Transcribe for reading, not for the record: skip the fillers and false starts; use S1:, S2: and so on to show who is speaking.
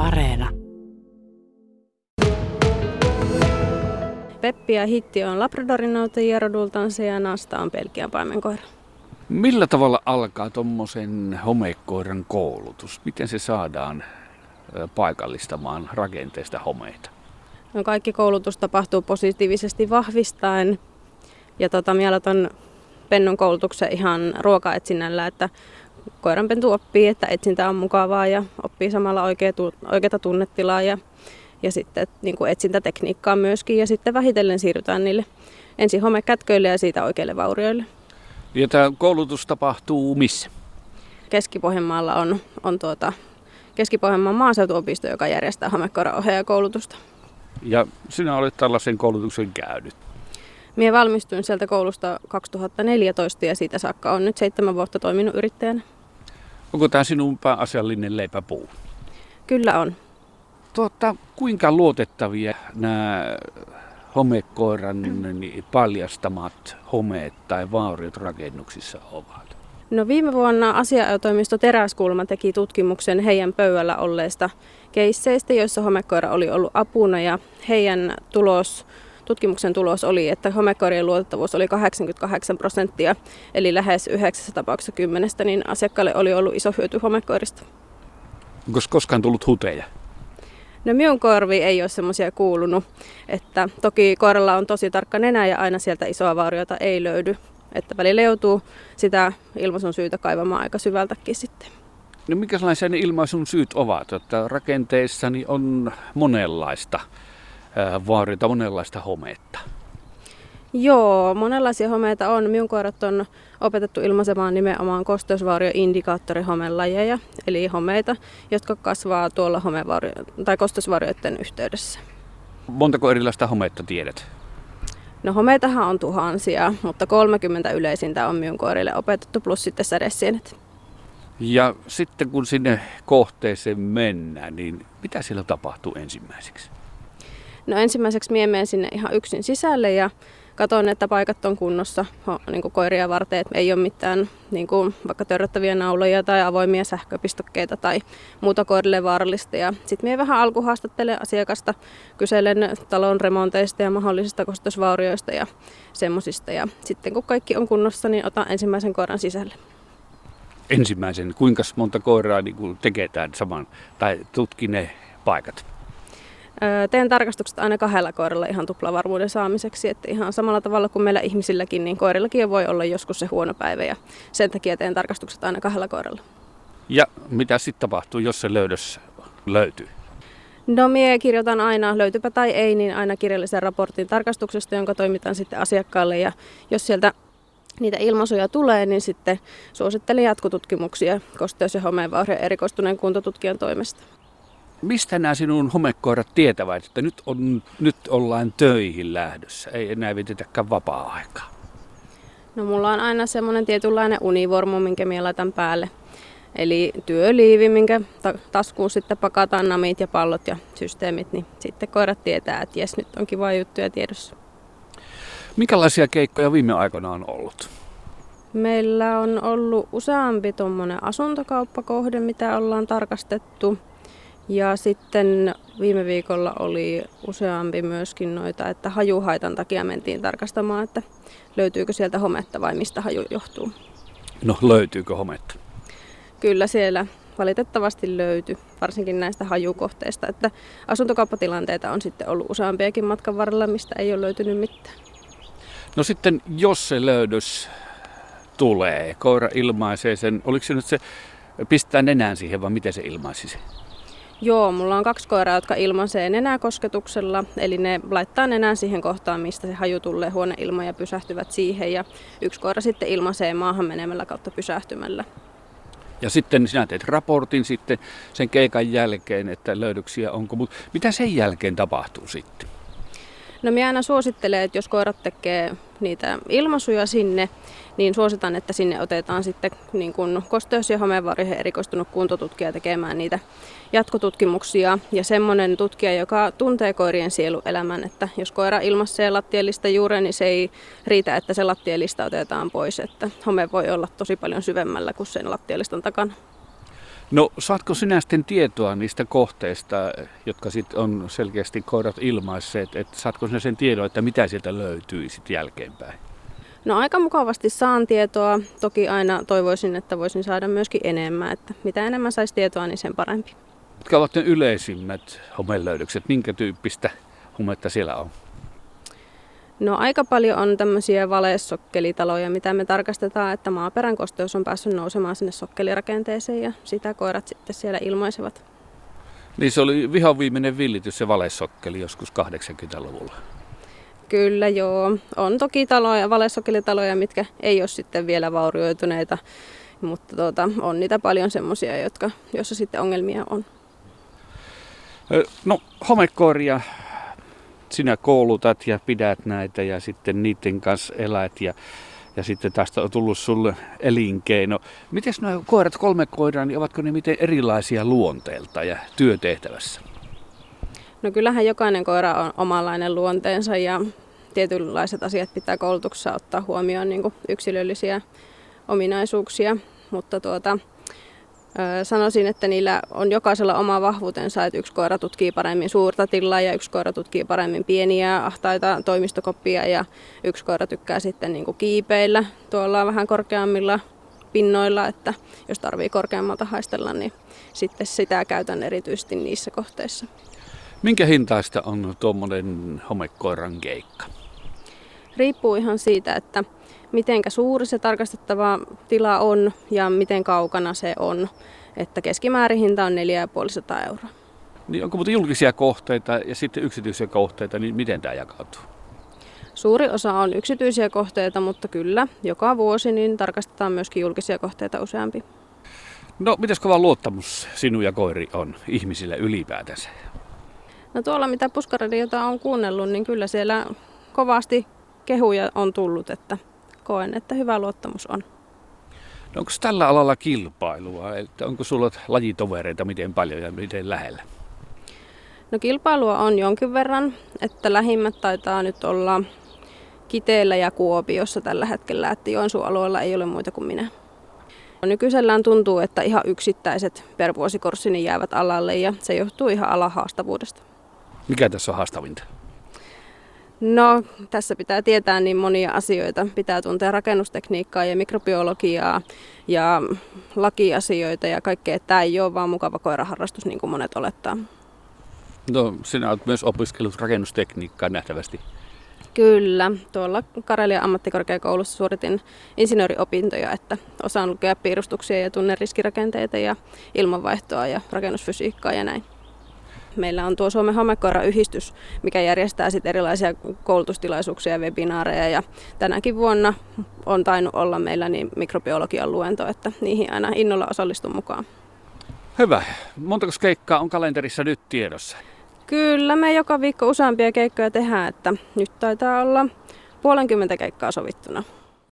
S1: Areena.
S2: Peppi ja Hitti on Labradorinautajia rodultansa ja Nasta on Belgian paimenkoira.
S3: Millä tavalla alkaa tuommoisen homekoiran koulutus? Miten se saadaan paikallistamaan rakenteesta homeita?
S2: No, kaikki koulutus tapahtuu positiivisesti vahvistaen. Ja mä aloitan pennun koulutuksen ihan ruokaetsinnällä, että koiranpentu oppii, että etsintä on mukavaa ja oppii samalla oikeata tunnetilaa ja sitten niin kuin etsintätekniikkaa myöskin. Ja sitten vähitellen siirrytään niille ensin homekätköille ja siitä oikeille vaurioille.
S3: Ja tämä koulutus tapahtuu missä?
S2: Keski-Pohjanmaalla on Keski-Pohjanmaan maaseutuopisto, joka järjestää homekoiraohjaajakoulutusta.
S3: Ja sinä olet tällaisen koulutuksen käynyt.
S2: Minä valmistuin sieltä koulusta 2014 ja siitä saakka olen nyt 7 vuotta toiminut yrittäjänä.
S3: Onko tämä sinun pääasiallinen leipäpuu?
S2: Kyllä on.
S3: Kuinka luotettavia nämä homekoiran paljastamat homeet tai vauriot rakennuksissa ovat?
S2: No, viime vuonna asianajotoimisto Teräskulma teki tutkimuksen heidän pöydällä olleista keisseistä, joissa homekoira oli ollut apuna ja heidän tutkimuksen tulos oli, että homekoirien luotettavuus oli 88%, eli lähes 9 tapauksessa 10, niin asiakkaalle oli ollut iso hyöty homekoirista.
S3: Onko koskaan tullut huteja?
S2: No, minun korviin ei ole semmoisia kuulunut, että toki koiralla on tosi tarkka nenä ja aina sieltä isoa vauriota ei löydy, että välillä joutuu sitä ilmaisun syytä kaivamaan aika syvältäkin sitten.
S3: No, minkälaisia ne ilmaisun syyt ovat? Että rakenteissani on monenlaista vauriota, monenlaista homeetta.
S2: Joo, monenlaisia homeita on. Minun koirat on opetettu ilmaisemaan nimenomaan kosteusvaurioindikaattorihomelajeja, eli homeita, jotka kasvaa tuolla kosteusvaurioiden yhteydessä.
S3: Montako erilaista hometta tiedät?
S2: No, homeitahan on tuhansia, mutta 30 yleisintä on minun koirille opetettu, plus sitten sädesienet.
S3: Ja sitten kun sinne kohteeseen mennään, niin mitä siellä tapahtuu ensimmäiseksi?
S2: No, ensimmäiseksi minä menen sinne ihan yksin sisälle ja katson, että paikat on kunnossa niin kuin koiria varten, että ei ole mitään niin kuin vaikka törröttäviä nauloja tai avoimia sähköpistokkeita tai muuta koirille vaarallista. Ja sitten minä vähän alkuhaastattelen asiakasta, kyselen talon remonteista ja mahdollisista kosteusvaurioista ja semmoisista. Ja sitten kun kaikki on kunnossa, niin otan ensimmäisen koiran sisälle.
S3: Ensimmäisen, kuinka monta koiraa niin teketään saman tai tutki ne paikat?
S2: Teen tarkastukset aina 2 koiralla ihan tuplavarmuuden saamiseksi, että ihan samalla tavalla kuin meillä ihmisilläkin, niin koirillakin voi olla joskus se huono päivä ja sen takia teen tarkastukset aina 2 koiralla.
S3: Ja mitä sitten tapahtuu, jos se löydös löytyy?
S2: No, minä kirjoitan aina, löytypä tai ei, niin aina kirjallisen raportin tarkastuksesta, jonka toimitan sitten asiakkaalle ja jos sieltä niitä ilmaisuja tulee, niin sitten suosittelen jatkotutkimuksia kosteus- ja homeenvaurioihin erikoistuneen kuntotutkijan toimesta.
S3: Mistä nämä sinun homekoirat tietävät, että nyt ollaan töihin lähdössä, ei enää vietetäkään vapaa-aikaa?
S2: No, mulla on aina semmoinen tietynlainen univormu, minkä minä laitan päälle. Eli työliivi, minkä taskuun sitten pakataan namit ja pallot ja systeemit, niin sitten koirat tietää, että jes, nyt on kiva juttuja tiedossa.
S3: Minkälaisia keikkoja viime aikoina on ollut?
S2: Meillä on ollut useampi tuommoinen asuntokauppakohde, mitä ollaan tarkastettu. Ja sitten viime viikolla oli useampi myöskin noita, että hajuhaitan takia mentiin tarkastamaan, että löytyykö sieltä hometta vai mistä haju johtuu.
S3: No, löytyykö hometta?
S2: Kyllä siellä valitettavasti löytyi, varsinkin näistä hajukohteista, että asuntokauppatilanteita on sitten ollut useampiakin matkan varrella, mistä ei ole löytynyt mitään.
S3: No sitten, jos se löydös tulee, koira ilmaisee sen, oliko se nyt se pistää nenään siihen vai miten se ilmaisisi?
S2: Joo, mulla on 2 koiraa, jotka ilmaisee nenäkosketuksella, eli ne laittaa nenän siihen kohtaan, mistä se haju tulee huoneilma ja pysähtyvät siihen. Ja 1 koira sitten ilmaisee maahan menemällä kautta pysähtymällä.
S3: Ja sitten sinä teet raportin sitten sen keikan jälkeen, että löydöksiä onko, mutta mitä sen jälkeen tapahtuu sitten?
S2: No, minä aina suosittelen, että jos koirat tekee niitä ilmaisuja sinne, niin suositan, että sinne otetaan sitten niin kuin kosteus- ja homevaurioihin erikoistunut kuntotutkija tekemään niitä jatkotutkimuksia. Ja semmoinen tutkija, joka tuntee koirien sieluelämän, että jos koira ilmaisee lattiallista juureen, niin se ei riitä, että se lattiallista otetaan pois. Että home voi olla tosi paljon syvemmällä kuin sen lattiallistan takana.
S3: No saatko sinä sitten tietoa niistä kohteista, jotka sitten on selkeästi koirat ilmaisseet, että saatko sinä sen tiedon, että mitä sieltä löytyy sitten jälkeenpäin?
S2: No aika mukavasti saan tietoa. Toki aina toivoisin, että voisin saada myöskin enemmän. Että mitä enemmän saisi tietoa, niin sen parempi.
S3: Mitkä ovat ne yleisimmät homelöydökset? Minkä tyyppistä humetta siellä on?
S2: No aika paljon on tämmöisiä valesokkelitaloja, mitä me tarkastetaan, että maaperän kosteus on päässyt nousemaan sinne sokkelirakenteeseen ja sitä koirat sitten siellä ilmaisevat.
S3: Niin se oli vihoviimeinen villitys se valesokkeli joskus 80-luvulla.
S2: Kyllä joo. On toki taloja, valesokkelitaloja, mitkä ei ole sitten vielä vaurioituneita, mutta on niitä paljon semmoisia, joissa sitten ongelmia on.
S3: No homekoiria sinä koulutat ja pidät näitä ja sitten niiden kanssa elät ja sitten tästä on tullut sulle elinkeino. Miten nuo koirat, 3 koiraa, niin ovatko ne miten erilaisia luonteelta ja työtehtävässä?
S2: No kyllähän jokainen koira on omanlainen luonteensa ja tietynlaiset asiat pitää koulutuksessa ottaa huomioon, niin kuin yksilöllisiä ominaisuuksia, mutta sanoisin, että niillä on jokaisella oma vahvuutensa, että yksi koira tutkii paremmin suurta tilaa ja yksi koira tutkii paremmin pieniä ahtaita toimistokoppia ja yksi koira tykkää sitten niin kuin kiipeillä tuolla vähän korkeammilla pinnoilla, että jos tarvii korkeammalta haistella, niin sitten sitä käytän erityisesti niissä kohteissa.
S3: Minkä hintaista on tuommoinen homekoiran keikka?
S2: Riippuu ihan siitä, että mitenkä suuri se tarkastettava tila on ja miten kaukana se on. Että keskimäärin hinta on 450 €.
S3: Niin onko muuten julkisia kohteita ja sitten yksityisiä kohteita, niin miten tämä jakautuu?
S2: Suuri osa on yksityisiä kohteita, mutta kyllä joka vuosi niin tarkastetaan myöskin julkisia kohteita useampi.
S3: No mitäs kova luottamus sinun ja koiri on ihmisille ylipäätänsä?
S2: No tuolla mitä Puskaradiota on kuunnellut, niin kyllä siellä kovasti kehuja on tullut, että koen, että hyvä luottamus on.
S3: No onko tällä alalla kilpailua? Että onko sulla lajitovereita miten paljon ja miten lähellä?
S2: No kilpailua on jonkin verran, että lähimmät taitaa nyt olla Kiteellä ja Kuopiossa tällä hetkellä, että Joensuun alueella ei ole muita kuin minä. Nykyisellään tuntuu, että ihan yksittäiset per vuosikorssi jäävät alalle ja se johtuu ihan alan haastavuudesta.
S3: Mikä tässä on haastavinta?
S2: No, tässä pitää tietää niin monia asioita. Pitää tuntea rakennustekniikkaa ja mikrobiologiaa ja lakiasioita ja kaikkea. Tämä ei ole vaan mukava koiraharrastus, niin kuin monet olettaa.
S3: No, sinä olet myös opiskellut rakennustekniikkaa nähtävästi.
S2: Kyllä. Tuolla Karelian ammattikorkeakoulussa suoritin insinööriopintoja, että osaan lukea piirustuksia ja tunnen riskirakenteita ja ilmanvaihtoa ja rakennusfysiikkaa ja näin. Meillä on tuo Suomen homekoirayhdistys, mikä järjestää sit erilaisia koulutustilaisuuksia ja webinaareja. Ja tänäkin vuonna on tainnut olla meillä niin mikrobiologian luento, että niihin aina innolla osallistun mukaan.
S3: Hyvä. Montako keikkaa on kalenterissa nyt tiedossa?
S2: Kyllä, me joka viikko useampia keikkoja tehdään, että nyt taitaa olla 50 keikkaa sovittuna.